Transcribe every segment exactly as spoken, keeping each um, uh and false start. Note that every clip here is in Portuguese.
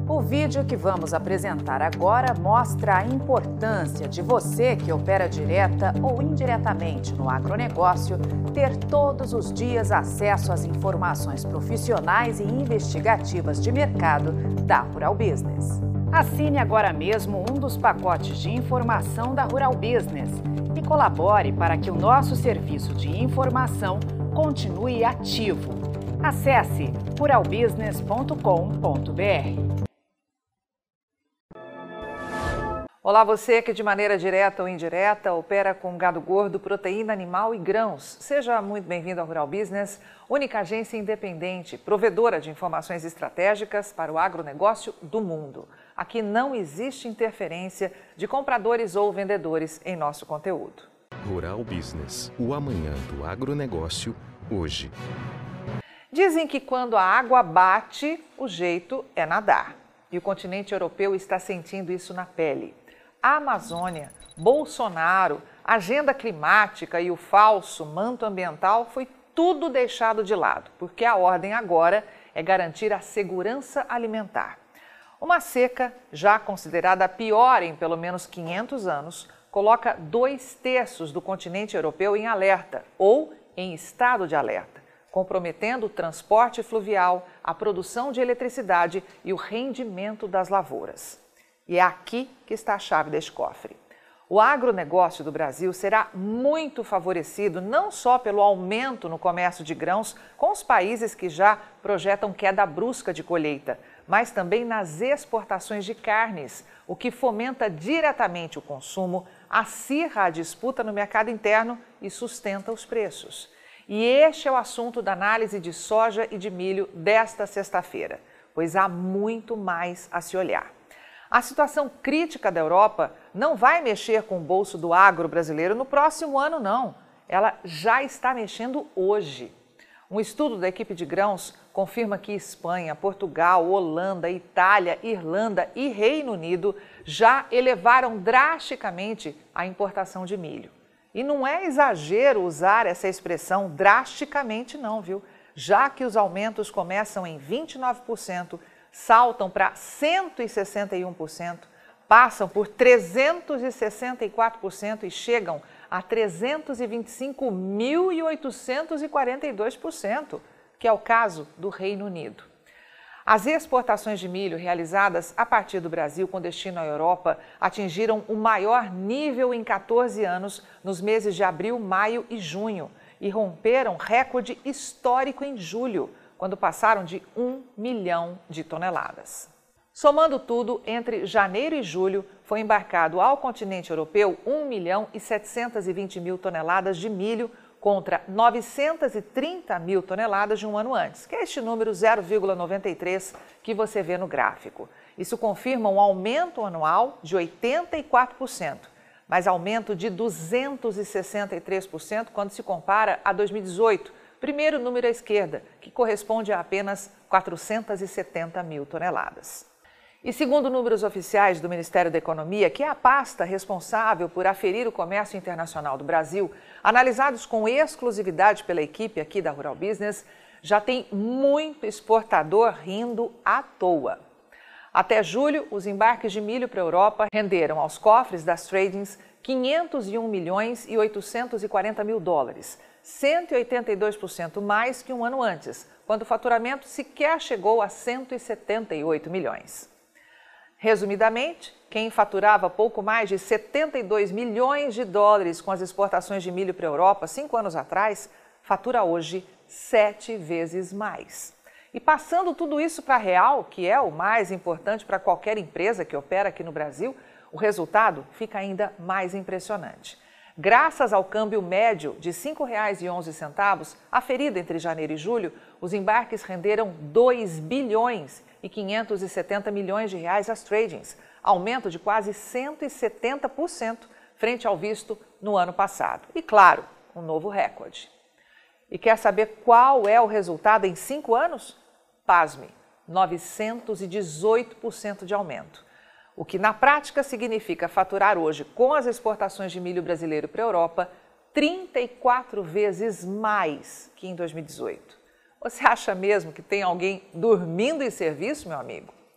O vídeo que vamos apresentar agora mostra a importância de você que opera direta ou indiretamente no agronegócio ter todos os dias acesso às informações profissionais e investigativas de mercado da Rural Business. Assine agora mesmo um dos pacotes de informação da Rural Business e colabore para que o nosso serviço de informação continue ativo. Acesse rural business ponto com ponto br. Olá, você que de maneira direta ou indireta opera com gado gordo, proteína animal e grãos. Seja muito bem-vindo ao Rural Business, única agência independente, provedora de informações estratégicas para o agronegócio do mundo. Aqui não existe interferência de compradores ou vendedores em nosso conteúdo. Rural Business, o amanhã do agronegócio, hoje. Dizem que quando a água bate, o jeito é nadar. E o continente europeu está sentindo isso na pele. A Amazônia, Bolsonaro, agenda climática e o falso manto ambiental foi tudo deixado de lado, porque a ordem agora é garantir a segurança alimentar. Uma seca, já considerada a pior em pelo menos quinhentos anos, coloca dois terços do continente europeu em alerta ou em estado de alerta, comprometendo o transporte fluvial, a produção de eletricidade e o rendimento das lavouras. E é aqui que está a chave deste cofre. O agronegócio do Brasil será muito favorecido não só pelo aumento no comércio de grãos com os países que já projetam queda brusca de colheita, mas também nas exportações de carnes, o que fomenta diretamente o consumo, acirra a disputa no mercado interno e sustenta os preços. E este é o assunto da análise de soja e de milho desta sexta-feira, pois há muito mais a se olhar. A situação crítica da Europa não vai mexer com o bolso do agro brasileiro no próximo ano, não. Ela já está mexendo hoje. Um estudo da equipe de grãos confirma que Espanha, Portugal, Holanda, Itália, Irlanda e Reino Unido já elevaram drasticamente a importação de milho. E não é exagero usar essa expressão drasticamente não, viu? Já que os aumentos começam em vinte e nove por cento, saltam para cento e sessenta e um por cento, passam por trezentos e sessenta e quatro por cento e chegam a trezentos e vinte e cinco mil oitocentos e quarenta e dois por cento, que é o caso do Reino Unido. As exportações de milho realizadas a partir do Brasil com destino à Europa atingiram o maior nível em quatorze anos nos meses de abril, maio e junho e romperam recorde histórico em julho, quando passaram de um milhão de toneladas. Somando tudo, entre janeiro e julho, foi embarcado ao continente europeu um milhão e setecentos e vinte mil toneladas de milho contra novecentos e trinta mil toneladas de um ano antes, que é este número zero vírgula noventa e três que você vê no gráfico. Isso confirma um aumento anual de oitenta e quatro por cento, mas aumento de duzentos e sessenta e três por cento quando se compara a dois mil e dezoito, primeiro número à esquerda, que corresponde a apenas quatrocentos e setenta mil toneladas. E segundo números oficiais do Ministério da Economia, que é a pasta responsável por aferir o comércio internacional do Brasil, analisados com exclusividade pela equipe aqui da Rural Business, já tem muito exportador rindo à toa. Até julho, os embarques de milho para a Europa renderam aos cofres das tradings quinhentos e um milhões e oitocentos e quarenta mil dólares, cento e oitenta e dois por cento mais que um ano antes, quando o faturamento sequer chegou a cento e setenta e oito milhões. Resumidamente, quem faturava pouco mais de setenta e dois milhões de dólares com as exportações de milho para a Europa cinco anos atrás, fatura hoje sete vezes mais. E passando tudo isso para a real, que é o mais importante para qualquer empresa que opera aqui no Brasil, o resultado fica ainda mais impressionante. Graças ao câmbio médio de cinco reais e onze centavos, aferido entre janeiro e julho, os embarques renderam dois bilhões e quinhentos e setenta milhões de reais às tradings, aumento de quase cento e setenta por cento frente ao visto no ano passado. E claro, um novo recorde. E quer saber qual é o resultado em cinco anos? Pasme, novecentos e dezoito por cento de aumento. O que na prática significa faturar hoje, com as exportações de milho brasileiro para a Europa, trinta e quatro vezes mais que em dois mil e dezoito. Você acha mesmo que tem alguém dormindo em serviço, meu amigo?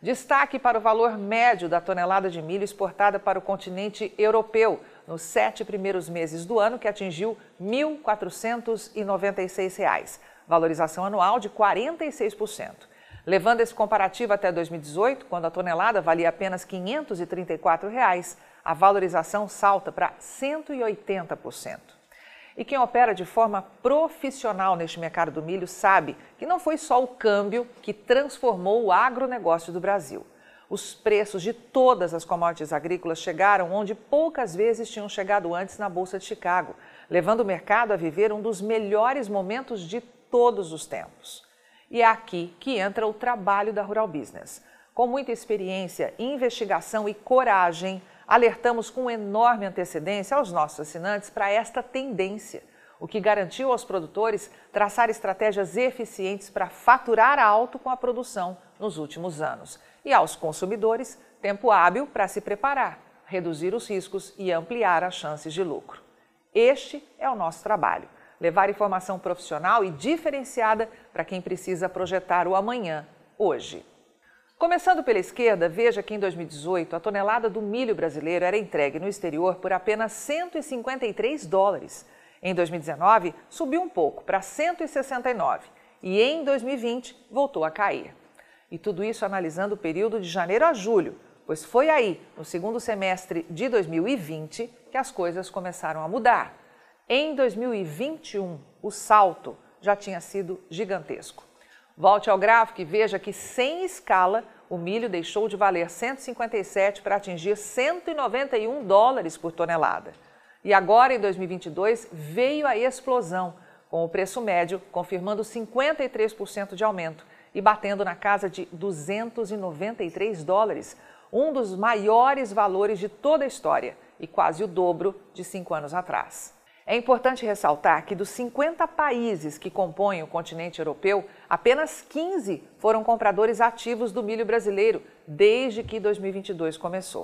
Destaque para o valor médio da tonelada de milho exportada para o continente europeu nos sete primeiros meses do ano, que atingiu mil quatrocentos e noventa e seis reais, valorização anual de quarenta e seis por cento. Levando esse comparativo até dois mil e dezoito, quando a tonelada valia apenas quinhentos e trinta e quatro reais, a valorização salta para cento e oitenta por cento. E quem opera de forma profissional neste mercado do milho sabe que não foi só o câmbio que transformou o agronegócio do Brasil. Os preços de todas as commodities agrícolas chegaram onde poucas vezes tinham chegado antes na Bolsa de Chicago, levando o mercado a viver um dos melhores momentos de todos os tempos. E é aqui que entra o trabalho da Rural Business. Com muita experiência, investigação e coragem, alertamos com enorme antecedência aos nossos assinantes para esta tendência, o que garantiu aos produtores traçar estratégias eficientes para faturar alto com a produção nos últimos anos. E aos consumidores, tempo hábil para se preparar, reduzir os riscos e ampliar as chances de lucro. Este é o nosso trabalho, levar informação profissional e diferenciada para quem precisa projetar o amanhã, hoje. Começando pela esquerda, veja que em dois mil e dezoito a tonelada do milho brasileiro era entregue no exterior por apenas cento e cinquenta e três dólares. Em dois mil e dezenove, subiu um pouco para cento e sessenta e nove e em dois mil e vinte voltou a cair. E tudo isso analisando o período de janeiro a julho, pois foi aí, no segundo semestre de dois mil e vinte, que as coisas começaram a mudar. Em dois mil e vinte e um, o salto já tinha sido gigantesco. Volte ao gráfico e veja que, sem escala, o milho deixou de valer cento e cinquenta e sete para atingir cento e noventa e um dólares por tonelada. E agora, em dois mil e vinte e dois, veio a explosão, com o preço médio confirmando cinquenta e três por cento de aumento e batendo na casa de duzentos e noventa e três dólares, um dos maiores valores de toda a história e quase o dobro de cinco anos atrás. É importante ressaltar que dos cinquenta países que compõem o continente europeu, apenas quinze foram compradores ativos do milho brasileiro desde que dois mil e vinte e dois começou.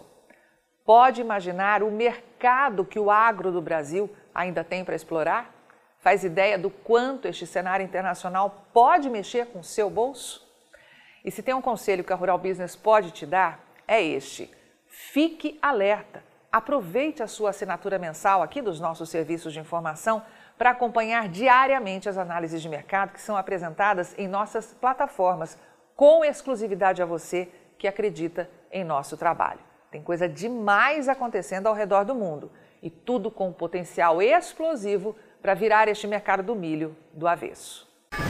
Pode imaginar o mercado que o agro do Brasil ainda tem para explorar? Faz ideia do quanto este cenário internacional pode mexer com o seu bolso? E se tem um conselho que a Rural Business pode te dar, é este: fique alerta. Aproveite a sua assinatura mensal aqui dos nossos serviços de informação para acompanhar diariamente as análises de mercado que são apresentadas em nossas plataformas, com exclusividade a você que acredita em nosso trabalho. Tem coisa demais acontecendo ao redor do mundo e tudo com potencial explosivo para virar este mercado do milho do avesso.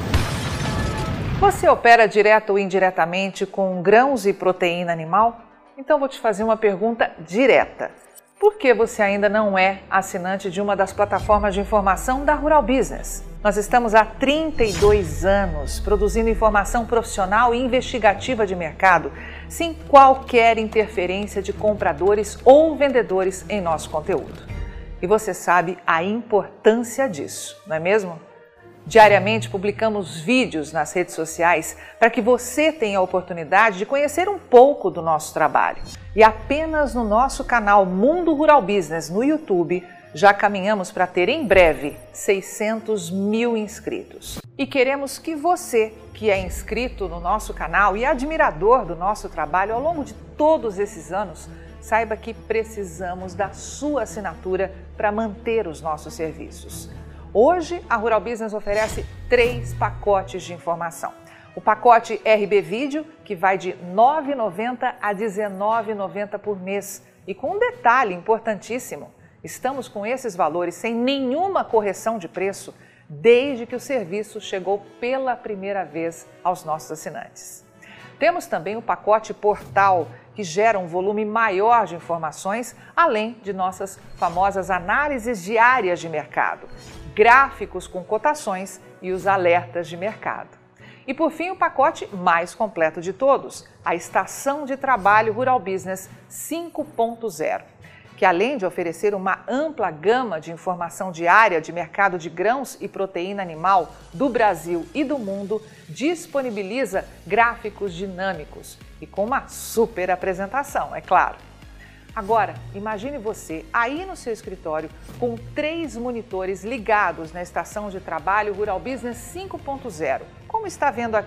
Você opera direto ou indiretamente com grãos e proteína animal? Então vou te fazer uma pergunta direta. Por que você ainda não é assinante de uma das plataformas de informação da Rural Business? Nós estamos há trinta e dois anos produzindo informação profissional e investigativa de mercado, sem qualquer interferência de compradores ou vendedores em nosso conteúdo. E você sabe a importância disso, não é mesmo? Diariamente publicamos vídeos nas redes sociais para que você tenha a oportunidade de conhecer um pouco do nosso trabalho. E apenas no nosso canal Mundo Rural Business no YouTube já caminhamos para ter em breve seiscentos mil inscritos. E queremos que você, que é inscrito no nosso canal e admirador do nosso trabalho ao longo de todos esses anos, saiba que precisamos da sua assinatura para manter os nossos serviços. Hoje, a Rural Business oferece três pacotes de informação. O pacote R B Vídeo, que vai de nove reais e noventa centavos a dezenove reais e noventa centavos por mês. E com um detalhe importantíssimo, estamos com esses valores sem nenhuma correção de preço desde que o serviço chegou pela primeira vez aos nossos assinantes. Temos também o pacote Portal, que gera um volume maior de informações, além de nossas famosas análises diárias de mercado, gráficos com cotações e os alertas de mercado. E por fim, o pacote mais completo de todos, a Estação de Trabalho Rural Business cinco ponto zero, que além de oferecer uma ampla gama de informação diária de mercado de grãos e proteína animal do Brasil e do mundo, disponibiliza gráficos dinâmicos e com uma super apresentação, é claro. Agora, imagine você aí no seu escritório com três monitores ligados na Estação de Trabalho Rural Business cinco ponto zero, como está vendo aqui,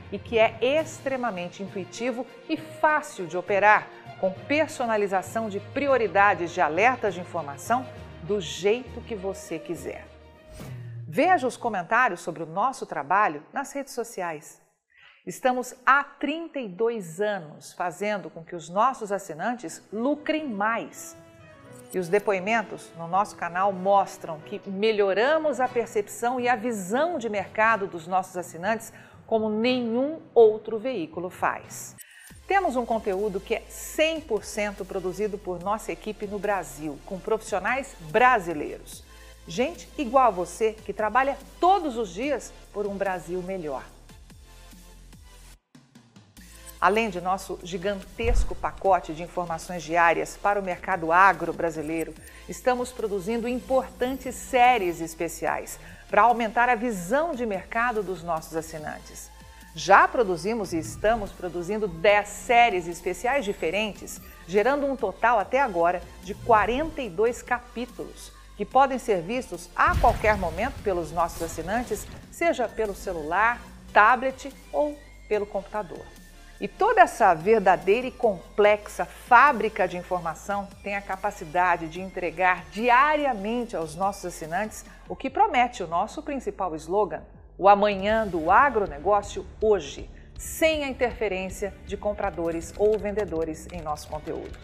e que é extremamente intuitivo e fácil de operar, com personalização de prioridades de alertas de informação do jeito que você quiser. Veja os comentários sobre o nosso trabalho nas redes sociais. Estamos há trinta e dois anos fazendo com que os nossos assinantes lucrem mais. E os depoimentos no nosso canal mostram que melhoramos a percepção e a visão de mercado dos nossos assinantes como nenhum outro veículo faz. Temos um conteúdo que é cem por cento produzido por nossa equipe no Brasil, com profissionais brasileiros. Gente igual a você que trabalha todos os dias por um Brasil melhor. Além de nosso gigantesco pacote de informações diárias para o mercado agro brasileiro, estamos produzindo importantes séries especiais para aumentar a visão de mercado dos nossos assinantes. Já produzimos e estamos produzindo dez séries especiais diferentes, gerando um total até agora de quarenta e dois capítulos, que podem ser vistos a qualquer momento pelos nossos assinantes, seja pelo celular, tablet ou pelo computador. E toda essa verdadeira e complexa fábrica de informação tem a capacidade de entregar diariamente aos nossos assinantes o que promete o nosso principal slogan: o amanhã do agronegócio hoje, sem a interferência de compradores ou vendedores em nosso conteúdo.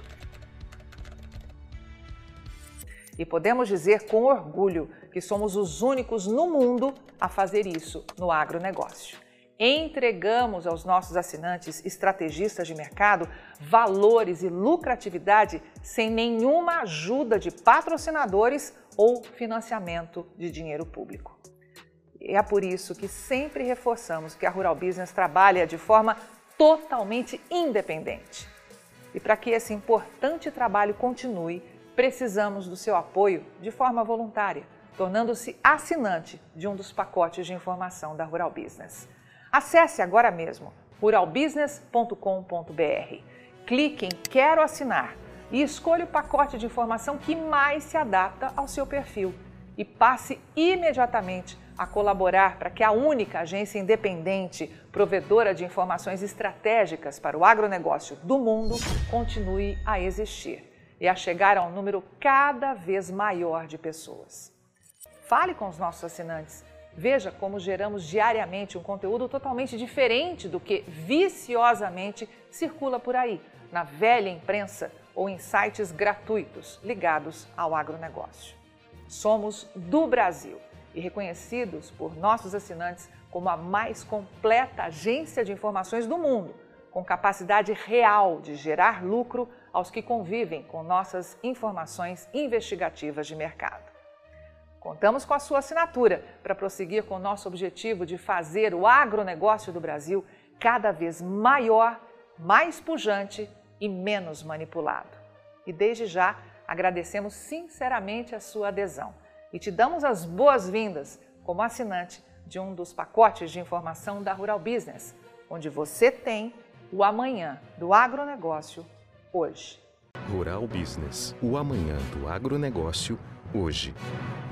E podemos dizer com orgulho que somos os únicos no mundo a fazer isso no agronegócio. Entregamos aos nossos assinantes estrategistas de mercado valores e lucratividade sem nenhuma ajuda de patrocinadores ou financiamento de dinheiro público. E é por isso que sempre reforçamos que a Rural Business trabalha de forma totalmente independente. E para que esse importante trabalho continue, precisamos do seu apoio de forma voluntária, tornando-se assinante de um dos pacotes de informação da Rural Business. Acesse agora mesmo rural business ponto com ponto br, clique em Quero Assinar e escolha o pacote de informação que mais se adapta ao seu perfil e passe imediatamente a colaborar para que a única agência independente provedora de informações estratégicas para o agronegócio do mundo continue a existir e a chegar a um número cada vez maior de pessoas. Fale com os nossos assinantes. Veja como geramos diariamente um conteúdo totalmente diferente do que viciosamente circula por aí, na velha imprensa ou em sites gratuitos ligados ao agronegócio. Somos do Brasil e reconhecidos por nossos assinantes como a mais completa agência de informações do mundo, com capacidade real de gerar lucro aos que convivem com nossas informações investigativas de mercado. Contamos com a sua assinatura para prosseguir com o nosso objetivo de fazer o agronegócio do Brasil cada vez maior, mais pujante e menos manipulado. E desde já agradecemos sinceramente a sua adesão e te damos as boas-vindas como assinante de um dos pacotes de informação da Rural Business, onde você tem o amanhã do agronegócio hoje. Rural Business, o amanhã do agronegócio hoje.